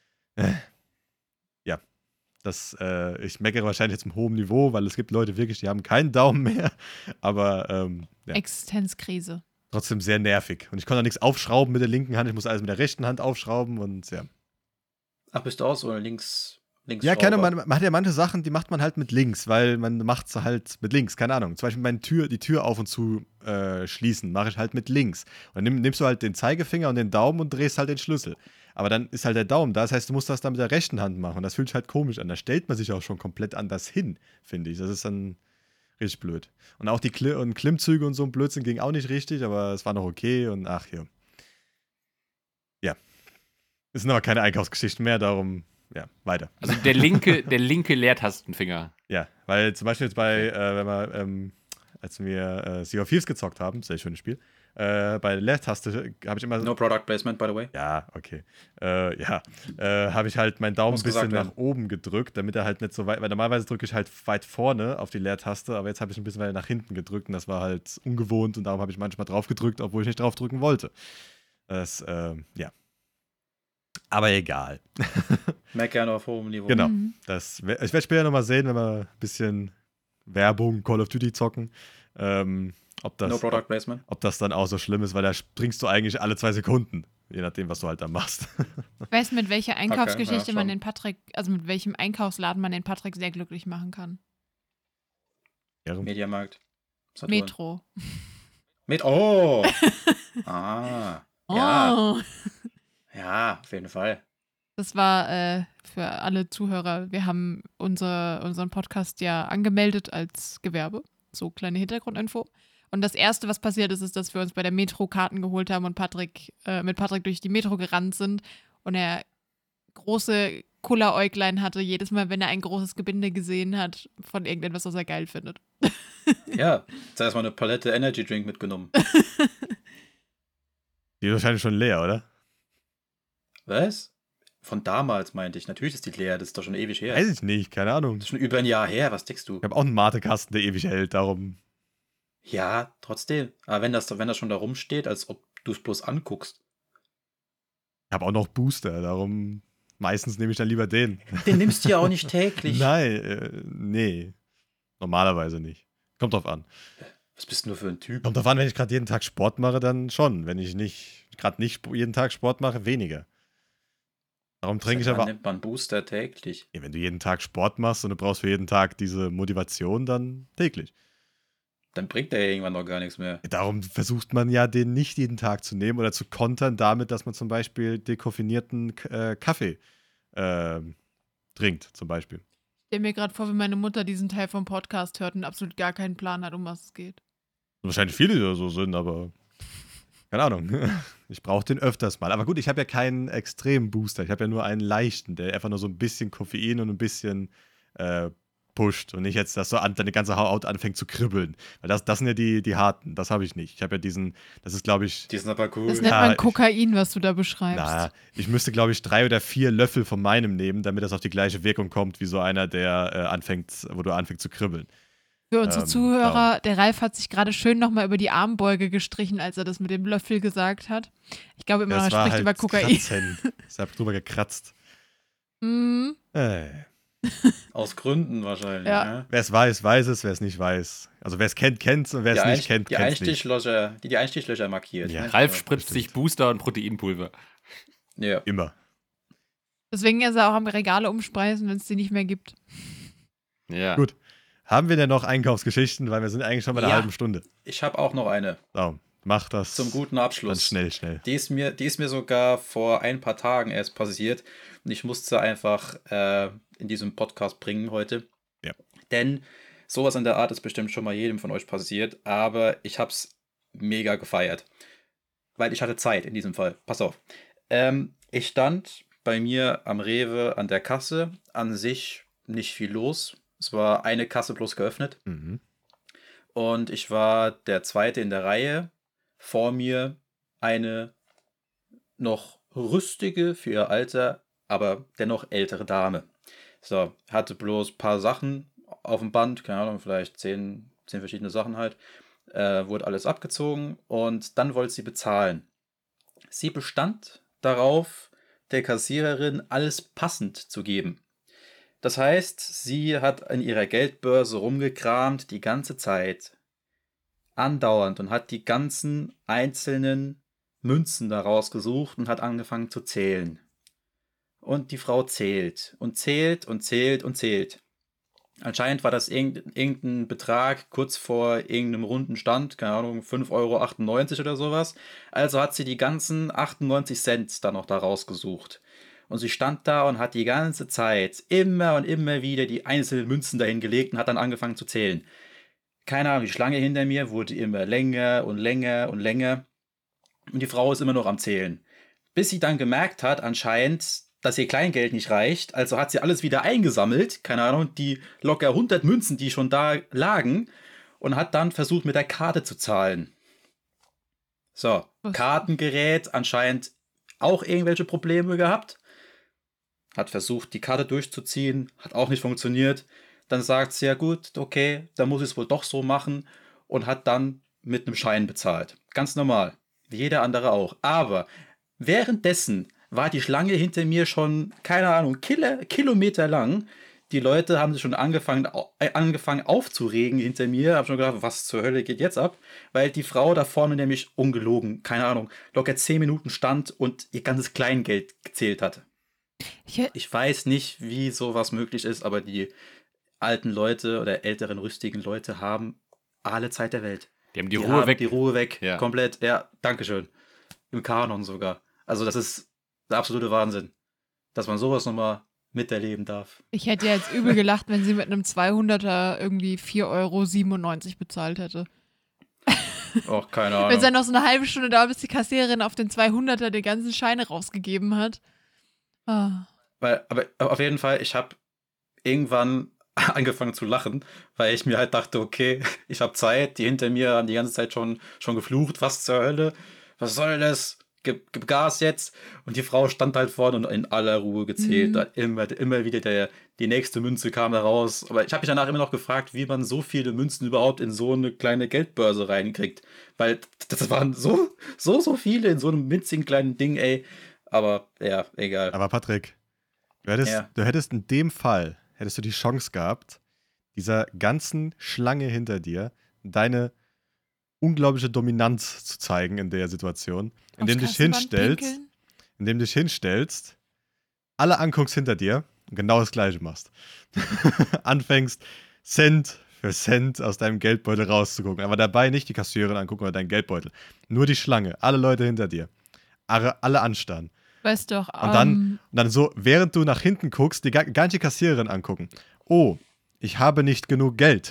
Ja, ich meckere wahrscheinlich jetzt im hohen Niveau, weil es gibt Leute wirklich, die haben keinen Daumen mehr. Aber ja. Existenzkrise. Trotzdem sehr nervig. Und ich konnte auch nichts aufschrauben mit der linken Hand. Ich muss alles mit der rechten Hand aufschrauben und ja. Ach, bist du auch so links Ja, keine Ahnung, man hat ja manche Sachen, die macht man halt mit links, weil man macht sie halt mit links, keine Ahnung. Zum Beispiel die Tür auf und zu schließen, mache ich halt mit links. Und dann nimmst du halt den Zeigefinger und den Daumen und drehst halt den Schlüssel. Aber dann ist halt der Daumen da, das heißt, du musst das dann mit der rechten Hand machen. Und das fühlt sich halt komisch an. Da stellt man sich auch schon komplett anders hin, finde ich. Das ist dann richtig blöd. Und auch die Klimmzüge und so ein Blödsinn ging auch nicht richtig, aber es war noch okay und ach ja. Ja. Es sind aber keine Einkaufsgeschichten mehr, darum, ja, weiter. Also der linke Leertastenfinger. Ja, weil zum Beispiel jetzt als wir Sea of Thieves gezockt haben, sehr schönes Spiel, bei der Leertaste habe ich immer No Product Placement, by the way. ja, okay. Habe ich halt meinen Daumen Muss ein bisschen gesagt nach oben gedrückt, damit er halt nicht so weit, weil normalerweise drücke ich halt weit vorne auf die Leertaste, aber jetzt habe ich ein bisschen weiter nach hinten gedrückt und das war halt ungewohnt und darum habe ich manchmal drauf gedrückt, obwohl ich nicht drauf drücken wollte. Ja. Aber egal. Meckern auf hohem Niveau. Genau. Mhm. Ich werde später nochmal sehen, wenn wir ein bisschen Werbung, Call of Duty zocken, No Product Placement. ob das dann auch so schlimm ist, weil da springst du eigentlich alle 2 Sekunden, je nachdem, was du halt da machst. Weißt du, mit welcher Einkaufsgeschichte ja, man schon. den Patrick, also mit welchem Einkaufsladen man den Patrick sehr glücklich machen kann? Mediamarkt. Saturn. Metro. Oh! Ja. Oh. Ja, auf jeden Fall. Das war für alle Zuhörer, wir haben unseren Podcast ja angemeldet als Gewerbe. So kleine Hintergrundinfo. Und das Erste, was passiert ist, dass wir uns bei der Metro Karten geholt haben und mit Patrick durch die Metro gerannt sind. Und er große Kulleräuglein hatte, jedes Mal, wenn er ein großes Gebinde gesehen hat von irgendetwas, was er geil findet. Ja, jetzt erstmal eine Palette Energy Drink mitgenommen. Die ist wahrscheinlich schon leer, oder? Was? Von damals meinte ich. Natürlich ist die leer, das ist doch schon ewig her. Weiß ich nicht, keine Ahnung. Das ist schon über ein Jahr her, was denkst du? Ich habe auch einen Mate-Kasten, der ewig hält, darum. Ja, trotzdem. Aber wenn das schon da rumsteht, als ob du es bloß anguckst. Ich habe auch noch Booster, darum meistens nehme ich dann lieber den. Den nimmst du ja auch nicht täglich. Nein, nee. Normalerweise nicht. Kommt drauf an. Was bist du nur für ein Typ? Kommt drauf an, wenn ich gerade jeden Tag Sport mache, dann schon. Wenn ich nicht jeden Tag Sport mache, weniger. Darum trinke ich Seit wann aber, nimmt man Booster täglich? ja, wenn du jeden Tag Sport machst und du brauchst für jeden Tag diese Motivation, dann täglich. Dann bringt der ja irgendwann noch gar nichts mehr. Darum versucht man ja, den nicht jeden Tag zu nehmen oder zu kontern damit, dass man zum Beispiel dekoffinierten Kaffee trinkt, zum Beispiel. Ich stelle mir gerade vor, wie meine Mutter diesen Teil vom Podcast hört und absolut gar keinen Plan hat, um was es geht. Wahrscheinlich viele, die da so sind, aber keine Ahnung. Ich brauche den öfters mal. Aber gut, ich habe ja keinen extremen Booster. Ich habe ja nur einen leichten, der einfach nur so ein bisschen Koffein und ein bisschen pusht. Und nicht jetzt, dass so deine ganze Haut anfängt zu kribbeln. Weil das sind ja die harten. Das habe ich nicht. Ich habe ja diesen, das ist, glaube ich, Die sind aber cool. Das nennt Ja, man Kokain, was du da beschreibst. ich müsste, glaube ich, 3 oder 4 Löffel von meinem nehmen, damit das auf die gleiche Wirkung kommt, wie so einer, der wo du anfängst zu kribbeln. Für unsere Zuhörer, der Ralf hat sich gerade schön nochmal über die Armbeuge gestrichen, als er das mit dem Löffel gesagt hat. Ich glaube immer noch, er spricht über Kokain. Kratzen. Ich habe drüber gekratzt. Mhm. Aus Gründen wahrscheinlich. Ja. Ja. Wer es weiß, weiß es. Wer es nicht weiß. Also wer es kennt, kennt es. Und wer es nicht kennt, Die kennt es nicht. Einstichlöcher, die Einstichlöcher markiert. Ja. Ne? Ralf Ja. spritzt sich Booster und Proteinpulver. Ja. Immer. Deswegen ist er auch am Regale umspreisen, wenn es die nicht mehr gibt. Ja. Gut. Haben wir denn noch Einkaufsgeschichten? Weil wir sind eigentlich schon bei einer Ja. halben Stunde. Ich habe auch noch eine So, mach das zum guten dann Abschluss. schnell. Die ist mir sogar vor ein paar Tagen erst passiert. Und ich musste sie einfach in diesem Podcast bringen heute. Ja. Denn sowas in der Art ist bestimmt schon mal jedem von euch passiert. Aber ich habe es mega gefeiert. Weil ich hatte Zeit in diesem Fall. Pass auf. Ich stand bei mir am Rewe an der Kasse. An sich nicht viel los. Es war eine Kasse bloß geöffnet. Mhm. Und ich war der Zweite in der Reihe. Vor mir eine noch rüstige für ihr Alter, aber dennoch ältere Dame. So, hatte bloß ein paar Sachen auf dem Band, keine Ahnung, vielleicht 10 verschiedene Sachen halt. Wurde alles abgezogen und dann wollte sie bezahlen. Sie bestand darauf, der Kassiererin alles passend zu geben. Das heißt, sie hat in ihrer Geldbörse rumgekramt die ganze Zeit. Andauernd und hat die ganzen einzelnen Münzen da rausgesucht und hat angefangen zu zählen. Und die Frau zählt und zählt und zählt und zählt. Anscheinend war das irgendein Betrag kurz vor irgendeinem runden Stand, keine Ahnung, 5,98 € oder sowas. Also hat sie die ganzen 98 Cent dann noch da rausgesucht. Und sie stand da und hat die ganze Zeit immer und immer wieder die einzelnen Münzen dahin gelegt und hat dann angefangen zu zählen. Keine Ahnung, die Schlange hinter mir wurde immer länger und länger und länger. Und die Frau ist immer noch am Zählen. Bis sie dann gemerkt hat, anscheinend, dass ihr Kleingeld nicht reicht. Also hat sie alles wieder eingesammelt. Keine Ahnung, die locker 100 Münzen, die schon da lagen. Und hat dann versucht, mit der Karte zu zahlen. So, Was? Kartengerät anscheinend auch irgendwelche Probleme gehabt. Hat versucht, die Karte durchzuziehen. Hat auch nicht funktioniert. Dann sagt sie, ja gut, okay, dann muss ich es wohl doch so machen. Und hat dann mit einem Schein bezahlt. Ganz normal. Wie jeder andere auch. Aber währenddessen war die Schlange hinter mir schon, keine Ahnung, Kilometer lang. Die Leute haben sich schon angefangen aufzuregen hinter mir. Hab schon gedacht, was zur Hölle geht jetzt ab? Weil die Frau da vorne nämlich ungelogen, keine Ahnung, locker 10 Minuten stand und ihr ganzes Kleingeld gezählt hat. Ich weiß nicht, wie sowas möglich ist, aber die alten Leute oder älteren, rüstigen Leute haben alle Zeit der Welt. Die haben die Ruhe weg. Die Ruhe weg, Ja. komplett. Ja, dankeschön. Im Kanon sogar. Also das ist der absolute Wahnsinn, dass man sowas nochmal miterleben darf. Ich hätte ja jetzt übel gelacht, wenn sie mit einem 200er irgendwie 4,97 € bezahlt hätte. Och, keine Wenn es Ahnung. dann noch so eine halbe Stunde dauert, bis die Kassiererin auf den 200er den ganzen Schein rausgegeben hat. Ah. Aber auf jeden Fall, ich habe irgendwann angefangen zu lachen, weil ich mir halt dachte, okay, ich habe Zeit, die hinter mir haben die ganze Zeit schon geflucht, was zur Hölle, was soll das? Gib Gas jetzt. Und die Frau stand halt vorne und in aller Ruhe gezählt. Dann immer wieder die nächste Münze kam da raus. Aber ich habe mich danach immer noch gefragt, wie man so viele Münzen überhaupt in so eine kleine Geldbörse reinkriegt. Weil das waren so viele in so einem winzigen kleinen Ding, ey. Aber ja, egal. Aber Patrick, du hättest in dem Fall, hättest du die Chance gehabt, dieser ganzen Schlange hinter dir deine unglaubliche Dominanz zu zeigen in der Situation, indem du dich hinstellst, alle anguckst hinter dir und genau das Gleiche machst. Anfängst, Cent für Cent aus deinem Geldbeutel rauszugucken. Aber dabei nicht die Kassiererin angucken oder deinen Geldbeutel. Nur die Schlange, alle Leute hinter dir. Alle anstarren. Weißt doch, Und dann so, während du nach hinten guckst, gar nicht die Kassiererin angucken. Oh, ich habe nicht genug Geld.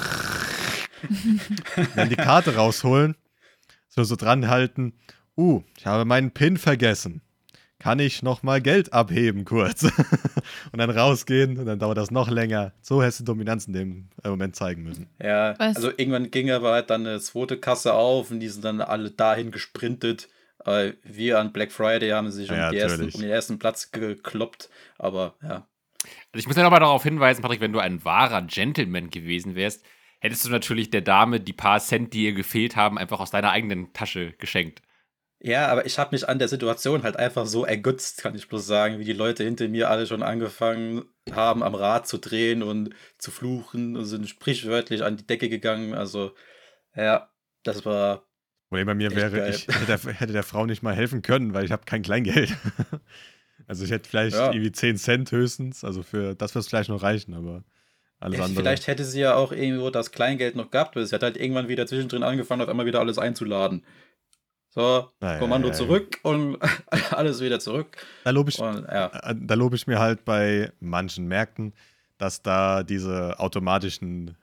Dann die Karte rausholen, so dran halten. Ich habe meinen PIN vergessen. Kann ich noch mal Geld abheben kurz? Und dann rausgehen und dann dauert das noch länger. So hättest du Dominanz in dem Moment zeigen müssen. Ja, Was? also irgendwann ging aber halt dann eine zweite Kasse auf und die sind dann alle dahin gesprintet. Wir an Black Friday haben sich Ja, natürlich. um den ersten Platz gekloppt, aber ja. Also ich muss ja nochmal darauf hinweisen, Patrick, wenn du ein wahrer Gentleman gewesen wärst, hättest du natürlich der Dame die paar Cent, die ihr gefehlt haben, einfach aus deiner eigenen Tasche geschenkt. Ja, aber ich habe mich an der Situation halt einfach so ergötzt, kann ich bloß sagen, wie die Leute hinter mir alle schon angefangen haben, am Rad zu drehen und zu fluchen und sind sprichwörtlich an die Decke gegangen. Also, ja, das war Problem bei mir echt wäre, geil. ich hätte der Frau nicht mal helfen können, weil ich habe kein Kleingeld. Also ich hätte vielleicht Ja. irgendwie 10 Cent höchstens. Also für das wird es vielleicht noch reichen, aber alles andere. Vielleicht hätte sie ja auch irgendwo das Kleingeld noch gehabt, weil sie hat halt irgendwann wieder zwischendrin angefangen, auf einmal wieder alles einzuladen. So, Kommando zurück und alles wieder zurück. Da lobe ich, Und ja, da lobe ich mir halt bei manchen Märkten, dass da diese automatischen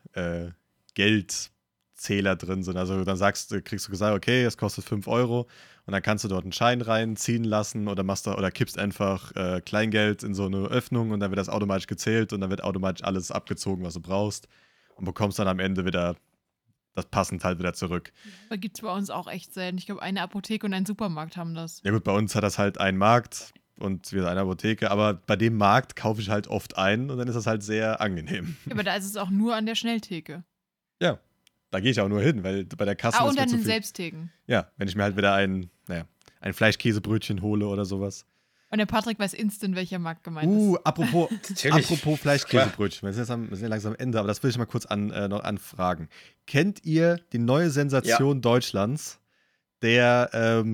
Geldzähler drin sind. Also dann kriegst du gesagt, okay, es kostet 5 Euro und dann kannst du dort einen Schein reinziehen lassen oder kippst einfach Kleingeld in so eine Öffnung und dann wird das automatisch gezählt und dann wird automatisch alles abgezogen, was du brauchst und bekommst dann am Ende wieder das passend halt wieder zurück. Da gibt es bei uns auch echt selten. Ich glaube, eine Apotheke und ein Supermarkt haben das. Ja gut, bei uns hat das halt einen Markt und wir eine Apotheke, aber bei dem Markt kaufe ich halt oft ein und dann ist das halt sehr angenehm. Ja, aber da ist es auch nur an der Schnelltheke. Ja, da gehe ich auch nur hin, weil bei der Kasse ist Und mir an zu den viel. Selbsttheken. Ja, wenn ich mir halt wieder ein Fleischkäsebrötchen hole oder sowas. Und der Patrick weiß instant, welcher Markt gemeint ist. Apropos natürlich. Fleischkäsebrötchen. Wir sind ja langsam am Ende, aber das will ich mal kurz noch anfragen. Kennt ihr die neue Sensation Deutschlands? Der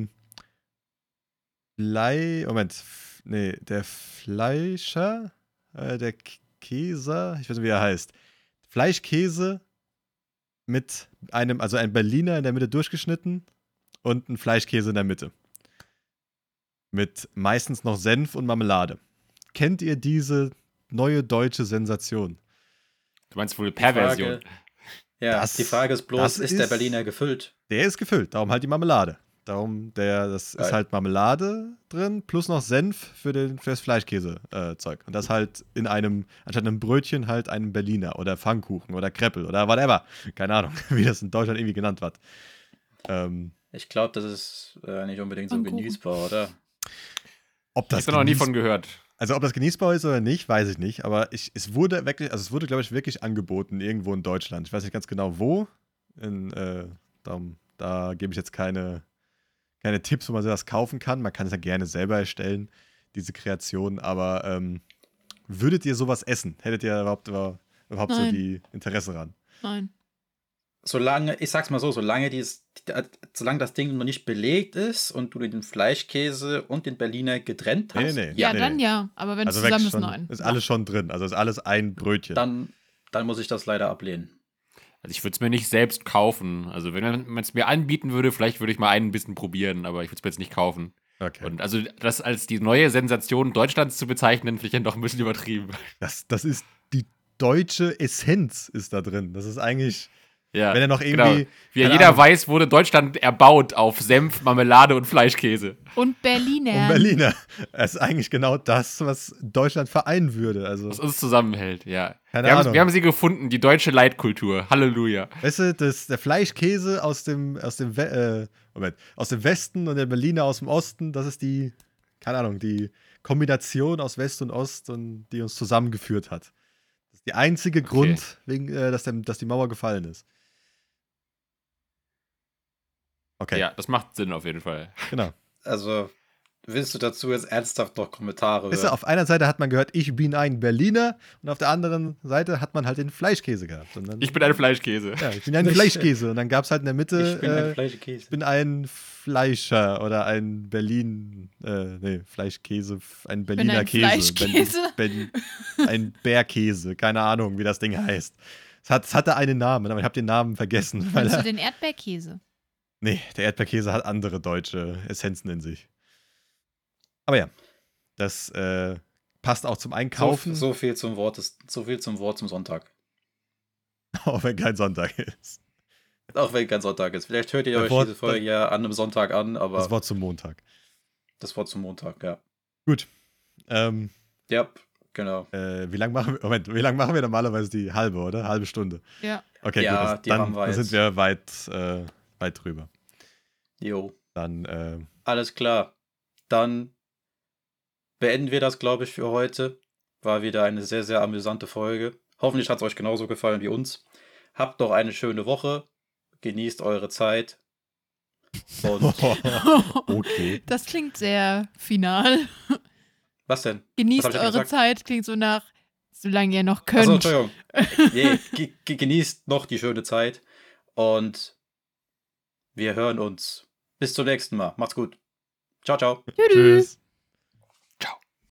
der Fleischer, der Käser, ich weiß nicht, wie er heißt. Fleischkäse mit ein Berliner in der Mitte durchgeschnitten und ein Fleischkäse in der Mitte. Mit meistens noch Senf und Marmelade. Kennt ihr diese neue deutsche Sensation? Du meinst wohl Perversion. Die Frage ist bloß, ist der Berliner gefüllt? Der ist gefüllt, darum halt die Marmelade. Das ist halt Marmelade drin, plus noch Senf für das Fleischkäse-Zeug. Und das halt anstatt einem Brötchen halt einem Berliner oder Pfannkuchen oder Kreppel oder whatever. Keine Ahnung, wie das in Deutschland irgendwie genannt wird. Ich glaube, das ist nicht unbedingt so Pfannkuchen. genießbar, oder? Ich habe da noch nie von gehört. Also ob das genießbar ist oder nicht, weiß ich nicht. Aber es wurde, glaube ich, wirklich angeboten irgendwo in Deutschland. Ich weiß nicht ganz genau wo. Da gebe ich jetzt keine Tipps, wo man sowas kaufen kann. Man kann es ja gerne selber erstellen, diese Kreation. Aber würdet ihr sowas essen? Hättet ihr überhaupt so Nein. die Interesse ran? Nein. Ich sag's mal so, solange das Ding noch nicht belegt ist und du den Fleischkäse und den Berliner getrennt hast, Nee. Ja, nee. dann ja. Aber wenn es Also zusammen wirklich ist, schon, nein. ist alles schon drin. Also ist alles ein Brötchen. dann muss ich das leider ablehnen. Also ich würde es mir nicht selbst kaufen. Also wenn man es mir anbieten würde, vielleicht würde ich mal ein bisschen probieren, aber ich würde es mir jetzt nicht kaufen. Okay. Und also das als die neue Sensation Deutschlands zu bezeichnen, finde ich ja doch ein bisschen übertrieben. Das ist die deutsche Essenz ist da drin. Das ist eigentlich, Ja, wenn er noch irgendwie. genau. Wie ja keine jeder Ahnung, weiß, wurde Deutschland erbaut auf Senf, Marmelade und Fleischkäse. Und Berliner. Und Berliner. Das ist eigentlich genau das, was Deutschland vereinen würde. Also, Was uns zusammenhält, ja. Keine Wir Ahnung. haben sie gefunden, die deutsche Leitkultur. Halleluja. weißt du, der Fleischkäse aus dem Westen und der Berliner aus dem Osten, das ist die, keine Ahnung, die Kombination aus West und Ost und die uns zusammengeführt hat. Das ist der einzige Grund, dass die Mauer gefallen ist. Okay, Ja, das macht Sinn auf jeden Fall. genau. Also, Willst du dazu jetzt ernsthaft noch Kommentare Weißt du, hören? auf einer Seite hat man gehört, ich bin ein Berliner und auf der anderen Seite hat man halt den Fleischkäse gehabt. Und dann, Ich bin ein Fleischkäse. ja, ich bin ein Fleischkäse. Und dann gab es halt in der Mitte, Ich bin ein ich Fleischkäse. bin ein Fleischer oder ein Fleischkäse, ein Berliner ein Käse. Fleischkäse. Ein Bärkäse, keine Ahnung, wie das Ding heißt. Es hatte einen Namen, aber ich habe den Namen vergessen. Weil Meinst du den Erdbeerkäse? nee, der Erdbeerkäse hat andere deutsche Essenzen in sich. Aber ja, das passt auch zum Einkaufen, So viel zum Wort zum Sonntag. auch wenn kein Sonntag ist. Auch wenn kein Sonntag ist. Vielleicht hört ihr Das euch Wort- diese Folge ja an einem Sonntag an, aber Das Wort zum Montag. das Wort zum Montag, ja. Gut. Ja, genau. Wie lange machen wir normalerweise die halbe, oder? Halbe Stunde. Ja. Okay, Ja, gut. die haben wir Dann sind jetzt. wir weit drüber. Jo, Dann, alles klar. Dann beenden wir das, glaube ich, für heute. War wieder eine sehr, sehr amüsante Folge. Hoffentlich hat es euch genauso gefallen wie uns. Habt noch eine schöne Woche. Genießt eure Zeit. Und okay. Das klingt sehr final. was denn? Genießt Was hab ich eure gesagt? Zeit, klingt so nach, solange ihr noch Achso, könnt. Entschuldigung. Genießt noch die schöne Zeit. Und wir hören uns. Bis zum nächsten Mal. Macht's gut. Ciao, ciao. Tschüss. Tschüss.